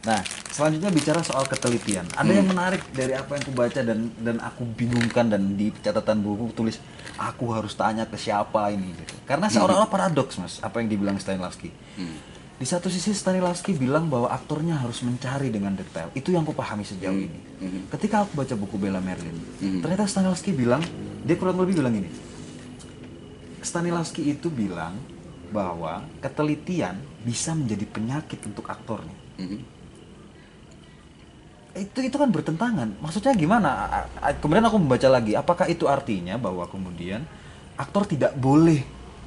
Nah, selanjutnya bicara soal ketelitian. Ada yang menarik dari apa yang aku baca dan aku bingungkan, dan di catatan buku tulis aku harus tanya ke siapa ini gitu. Karena seolah-olah paradoks, Mas, apa yang dibilang Stanislavski. Di satu sisi Stanislavski bilang bahwa aktornya harus mencari dengan detail. Itu yang aku pahami sejauh ini. Ketika aku baca buku Bella Merlin, ternyata Stanislavski bilang, dia kurang lebih bilang ini. Stanislavski itu bilang bahwa ketelitian bisa menjadi penyakit untuk aktornya. Itu kan bertentangan. Maksudnya gimana? Kemudian aku membaca lagi, apakah itu artinya bahwa kemudian aktor tidak boleh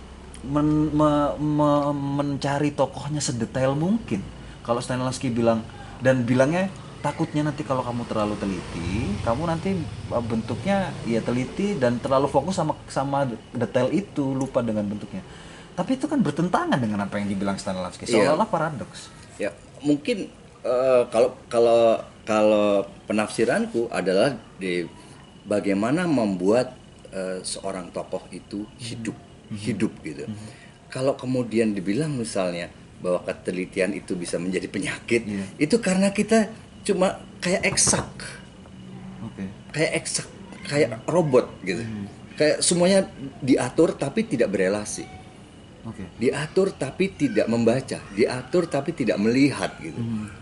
mencari tokohnya sedetail mungkin? Kalau Stanislavski bilang, dan bilangnya takutnya nanti kalau kamu terlalu teliti, kamu nanti bentuknya ya teliti dan terlalu fokus sama detail itu, lupa dengan bentuknya. Tapi itu kan bertentangan dengan apa yang dibilang Stanislavski, seolah-olah paradoks. Ya, mungkin kalau penafsiranku adalah di bagaimana membuat seorang tokoh itu hidup gitu. Kalau kemudian dibilang misalnya bahwa ketelitian itu bisa menjadi penyakit, itu karena kita cuma kayak eksak, kayak robot gitu, kayak semuanya diatur tapi tidak berelasi. Diatur tapi tidak membaca, diatur tapi tidak melihat gitu.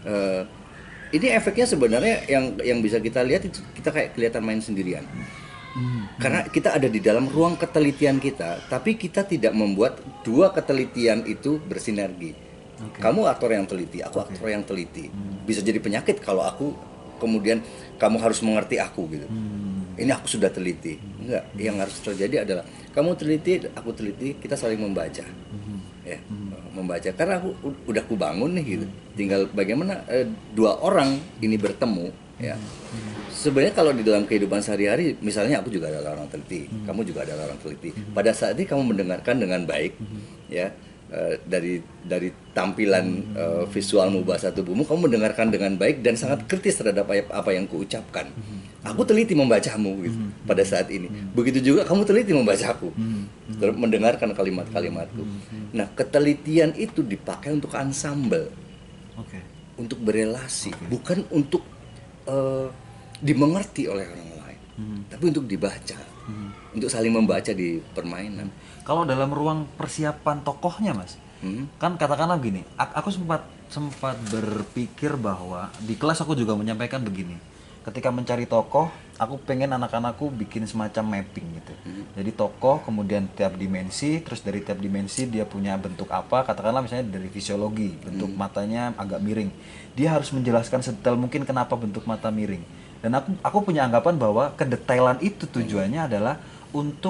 Ini efeknya sebenarnya yang bisa kita lihat itu kita kayak kelihatan main sendirian. Karena kita ada di dalam ruang ketelitian kita, tapi kita tidak membuat dua ketelitian itu bersinergi. Kamu aktor yang teliti, aku aktor yang teliti. Bisa jadi penyakit kalau aku kemudian kamu harus mengerti aku gitu. Ini aku sudah teliti. Enggak, yang harus terjadi adalah kamu teliti, aku teliti, kita saling membaca. Ya, membaca karena aku udah bangun nih gitu. Tinggal bagaimana dua orang ini bertemu ya. Sebenarnya kalau di dalam kehidupan sehari-hari, misalnya aku juga adalah orang teliti, kamu juga adalah orang teliti. Pada saat ini kamu mendengarkan dengan baik ya. Dari tampilan visualmu, bahasa tubuhmu, kamu mendengarkan dengan baik dan sangat kritis terhadap apa yang kuucapkan. Aku teliti membacamu gitu, pada saat ini. Begitu juga kamu teliti membacaku, mendengarkan kalimat-kalimatku. Nah, ketelitian itu dipakai untuk ensemble, untuk berelasi, bukan untuk dimengerti oleh orang lain, tapi untuk dibaca, untuk saling membaca di permainan. Kalau dalam ruang persiapan tokohnya, Mas, kan katakanlah begini, aku sempat berpikir bahwa di kelas aku juga menyampaikan begini. Ketika mencari tokoh, aku pengen anak-anakku bikin semacam mapping gitu. Jadi tokoh, kemudian tiap dimensi, terus dari tiap dimensi dia punya bentuk apa, katakanlah misalnya dari fisiologi, bentuk matanya agak miring. Dia harus menjelaskan sedetail mungkin kenapa bentuk mata miring. Dan aku punya anggapan bahwa kedetailan itu tujuannya adalah untuk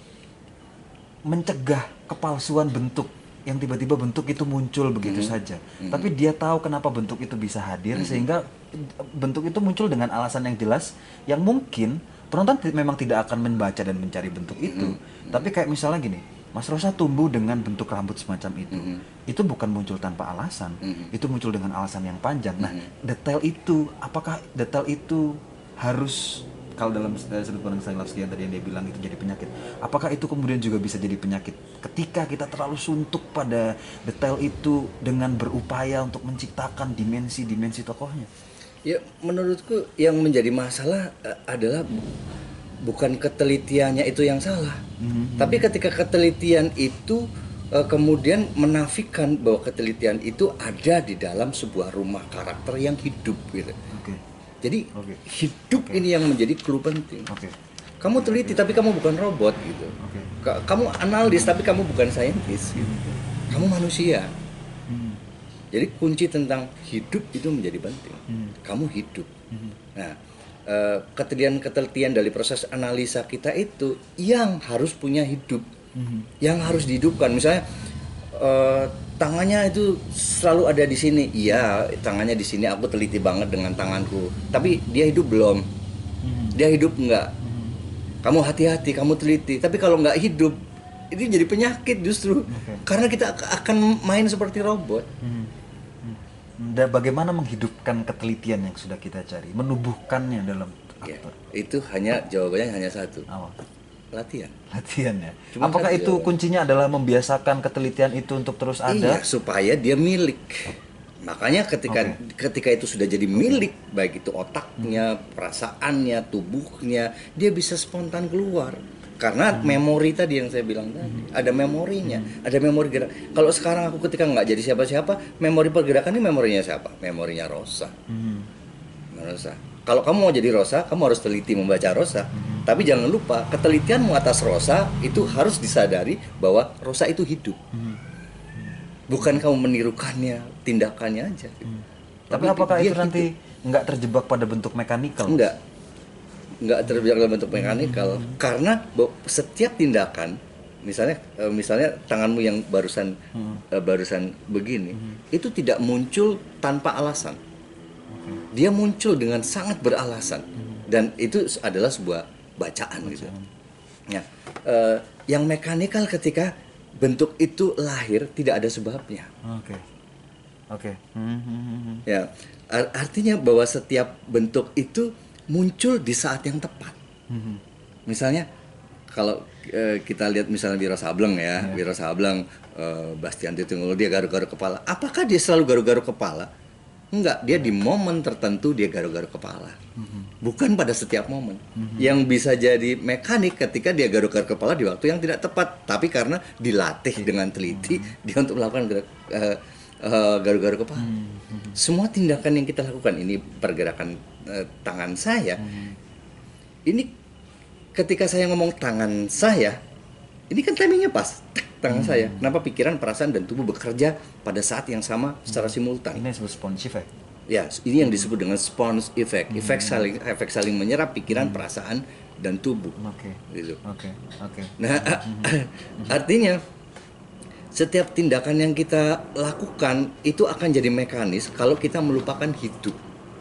mencegah kepalsuan bentuk, yang tiba-tiba bentuk itu muncul begitu saja. Tapi dia tahu kenapa bentuk itu bisa hadir, sehingga bentuk itu muncul dengan alasan yang jelas, yang mungkin penonton memang tidak akan membaca dan mencari bentuk itu. Tapi kayak misalnya gini, Mas Rosa tumbuh dengan bentuk rambut semacam itu. Itu bukan muncul tanpa alasan, itu muncul dengan alasan yang panjang. Nah, detail itu, apakah detail itu harus, kalau dalam sudut pandang Stanislavski yang tadi yang dia bilang itu jadi penyakit, apakah itu kemudian juga bisa jadi penyakit ketika kita terlalu suntuk pada detail itu dengan berupaya untuk menciptakan dimensi-dimensi tokohnya? Ya, menurutku yang menjadi masalah adalah bukan ketelitiannya itu yang salah, tapi ketika ketelitian itu kemudian menafikan bahwa ketelitian itu ada di dalam sebuah rumah karakter yang hidup gitu. Jadi hidup ini yang menjadi clue penting. Kamu teliti tapi kamu bukan robot gitu. Kamu analis tapi kamu bukan saintis gitu. Kamu manusia. Jadi kunci tentang hidup itu menjadi penting. Kamu hidup. Nah, ketelitian dari proses analisa kita itu yang harus punya hidup, yang harus dihidupkan. Misalnya tangannya itu selalu ada di sini. Iya, tangannya di sini. Aku teliti banget dengan tanganku. Tapi dia hidup belum? Dia hidup enggak? Kamu hati-hati, kamu teliti. Tapi kalau nggak hidup, ini jadi penyakit justru. Karena kita akan main seperti robot. Dan bagaimana menghidupkan ketelitian yang sudah kita cari, menubuhkannya dalam aktor? Itu jawabannya hanya satu. Latihan ya. Apakah itu kuncinya adalah membiasakan ketelitian itu untuk terus ada? Iya, supaya dia milik. Makanya ketika itu sudah jadi milik, baik itu otaknya, perasaannya, tubuhnya, dia bisa spontan keluar. Karena memori tadi yang saya bilang tadi, ada memorinya, ada memori gerak. Kalau sekarang aku ketika nggak jadi siapa-siapa, memori pergerakan ini memorinya siapa? Memorinya Rosa. Rosa. Kalau kamu mau jadi Rosa, kamu harus teliti membaca Rosa. Tapi jangan lupa, ketelitianmu atas Rosa itu harus disadari bahwa Rosa itu hidup. Bukan kamu menirukannya, tindakannya aja. Tapi apakah itu nanti nggak terjebak pada bentuk mekanikal? Nggak terjebak dalam bentuk mekanikal, karena setiap tindakan, misalnya tanganmu yang barusan begini, itu tidak muncul tanpa alasan. Dia muncul dengan sangat beralasan, dan itu adalah sebuah bacaan. Gitu. Ya, yang mekanikal ketika bentuk itu lahir tidak ada sebabnya. Ya, artinya bahwa setiap bentuk itu muncul di saat yang tepat. Misalnya kalau kita lihat misalnya Wiro Sableng ya, Wiro Sableng, Bastian Titungul, dia garuk-garuk kepala. Apakah dia selalu garuk-garuk kepala? Enggak, dia di momen tertentu dia garuk-garuk kepala. Bukan pada setiap momen. Yang bisa jadi mekanik ketika dia garuk-garuk kepala di waktu yang tidak tepat, tapi karena dilatih dengan teliti dia untuk melakukan garuk-garuk kepala. Semua tindakan yang kita lakukan, ini pergerakan tangan saya. Ini ketika saya ngomong tangan saya, ini kan timingnya pas. Tangan saya. Kenapa pikiran, perasaan, dan tubuh bekerja pada saat yang sama secara simultan? Ini disebut sponge effect. Ya, ini yang disebut dengan sponge effect. Efek saling menyerap pikiran, perasaan, dan tubuh. Gitu. Nah, artinya setiap tindakan yang kita lakukan itu akan jadi mekanis kalau kita melupakan hidup.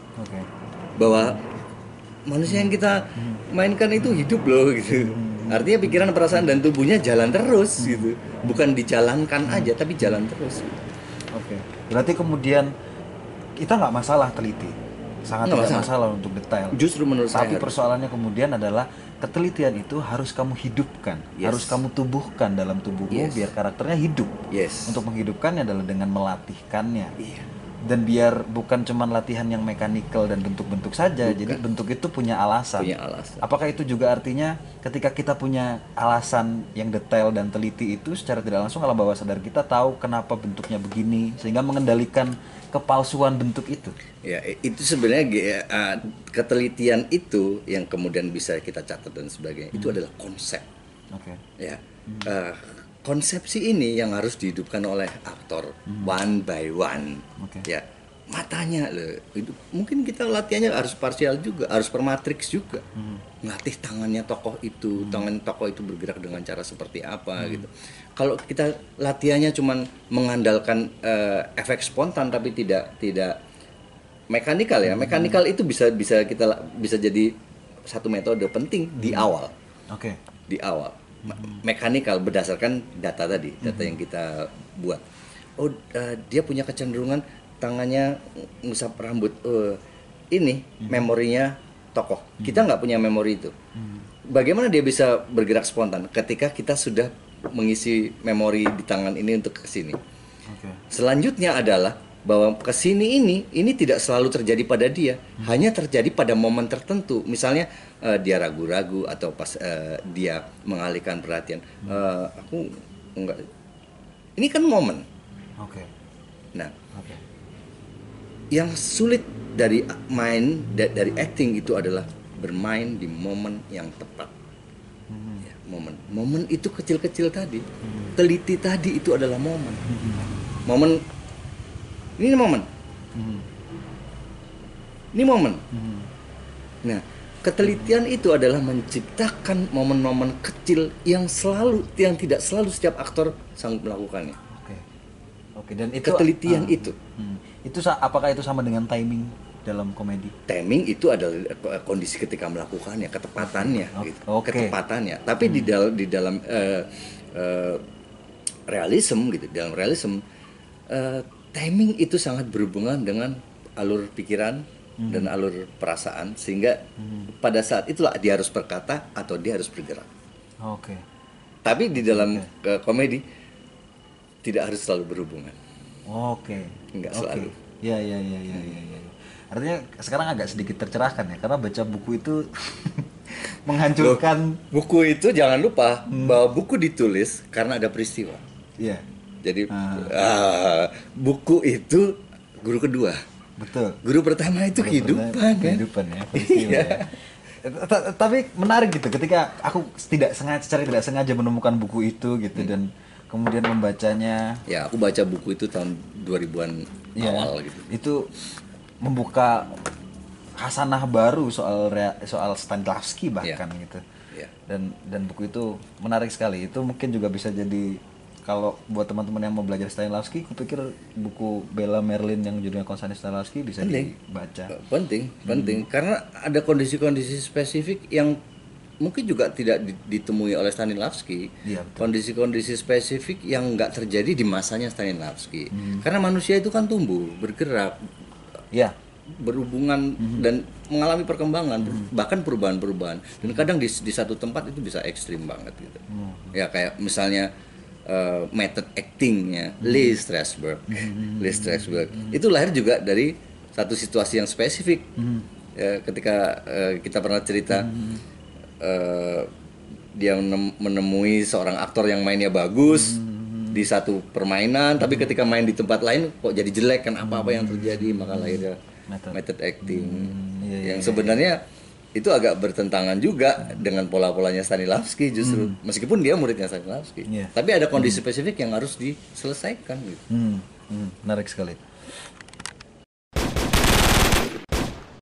Bahwa manusia yang kita mainkan itu hidup loh gitu. Artinya pikiran, perasaan, dan tubuhnya jalan terus gitu. Bukan dijalankan aja, tapi jalan terus. Berarti kemudian kita nggak masalah teliti, sangat tidak masalah untuk detail. Justru menurut saya. Tapi persoalannya kemudian adalah ketelitian itu harus kamu hidupkan, harus kamu tubuhkan dalam tubuhmu biar karakternya hidup. Untuk menghidupkannya adalah dengan melatihkannya. Dan biar bukan cuma latihan yang mekanikal dan bentuk-bentuk saja, jadi bentuk itu punya alasan. Apakah itu juga artinya ketika kita punya alasan yang detail dan teliti itu secara tidak langsung alam bawah sadar kita tahu kenapa bentuknya begini sehingga mengendalikan kepalsuan bentuk itu? Ya, itu sebenarnya ketelitian itu yang kemudian bisa kita catat dan sebagainya. Itu adalah konsep. Ya. Konsepsi ini yang harus dihidupkan oleh aktor one by one. Ya, matanya loh. Itu mungkin kita latihannya harus parsial juga, harus per matriks juga. Ngelatih tangannya tokoh itu, tangan tokoh itu bergerak dengan cara seperti apa gitu. Kalau kita latihannya cuman mengandalkan efek spontan tapi tidak mekanikal ya. Mekanikal itu bisa jadi satu metode penting di awal. Di awal. Mekanikal berdasarkan data tadi, data yang kita buat. Dia punya kecenderungan tangannya ngusap rambut. Ini memorinya tokoh. Kita nggak punya memori itu. Bagaimana dia bisa bergerak spontan ketika kita sudah mengisi memori di tangan ini untuk ke sini. Selanjutnya adalah bahwa kesini ini tidak selalu terjadi pada dia, hanya terjadi pada momen tertentu. Misalnya dia ragu-ragu atau pas dia mengalihkan perhatian. Aku enggak. Ini kan momen. Nah, yang sulit dari dari acting itu adalah bermain di momen yang tepat. Ya, momen itu kecil-kecil tadi, teliti tadi itu adalah momen. Ini momen. Ini momen. Nah, ketelitian itu adalah menciptakan momen-momen kecil yang tidak selalu setiap aktor sanggup melakukannya. Dan itu ketelitian itu. Itu apakah itu sama dengan timing dalam komedi? Timing itu adalah kondisi ketika melakukannya, ketepatannya, gitu. Ketepatannya. Tapi di dalam realism gitu, dalam realism timing itu sangat berhubungan dengan alur pikiran dan alur perasaan, sehingga pada saat itulah dia harus berkata atau dia harus bergerak. Tapi di dalam komedi tidak harus selalu berhubungan. Enggak selalu. Ya. Artinya sekarang agak sedikit tercerahkan ya, karena baca buku itu menghancurkan. Buku itu jangan lupa bahwa buku ditulis karena ada peristiwa. Iya, Jadi buku itu guru kedua. betul. Guru pertama itu kehidupan kan. Kehidupan ya, peristiwa Iya. ya. Tapi menarik gitu, ketika aku secara tidak sengaja menemukan buku itu gitu dan kemudian membacanya. Ya, aku baca buku itu tahun 2000-an Ya, awal gitu. itu membuka khasanah baru soal Stanislavski bahkan gitu. Ya. Dan buku itu menarik sekali. Itu mungkin juga bisa jadi, kalau buat teman-teman yang mau belajar Stanislavski, kupikir buku Bella Merlin yang judulnya Konstantin Stanislavski bisa dibaca. Penting karena ada kondisi-kondisi spesifik yang mungkin juga tidak ditemui oleh Stanislavski. Iya, betul. Kondisi-kondisi spesifik yang nggak terjadi di masanya Stanislavski. Karena manusia itu kan tumbuh, bergerak, Ya, berhubungan dan mengalami perkembangan, bahkan perubahan-perubahan. Dan kadang di satu tempat itu bisa ekstrim banget gitu. Ya kayak misalnya method actingnya Lee Strasberg. Lee Strasberg itu lahir juga dari satu situasi yang spesifik. Ya, ketika kita pernah cerita dia menemui seorang aktor yang mainnya bagus di satu permainan, tapi ketika main di tempat lain kok jadi jelek, kan apa-apa yang terjadi, maka lahirnya method acting yang sebenarnya itu agak bertentangan juga dengan pola-polanya Stanislavski justru, meskipun dia muridnya Stanislavski, tapi ada kondisi spesifik yang harus diselesaikan gitu. menarik sekali.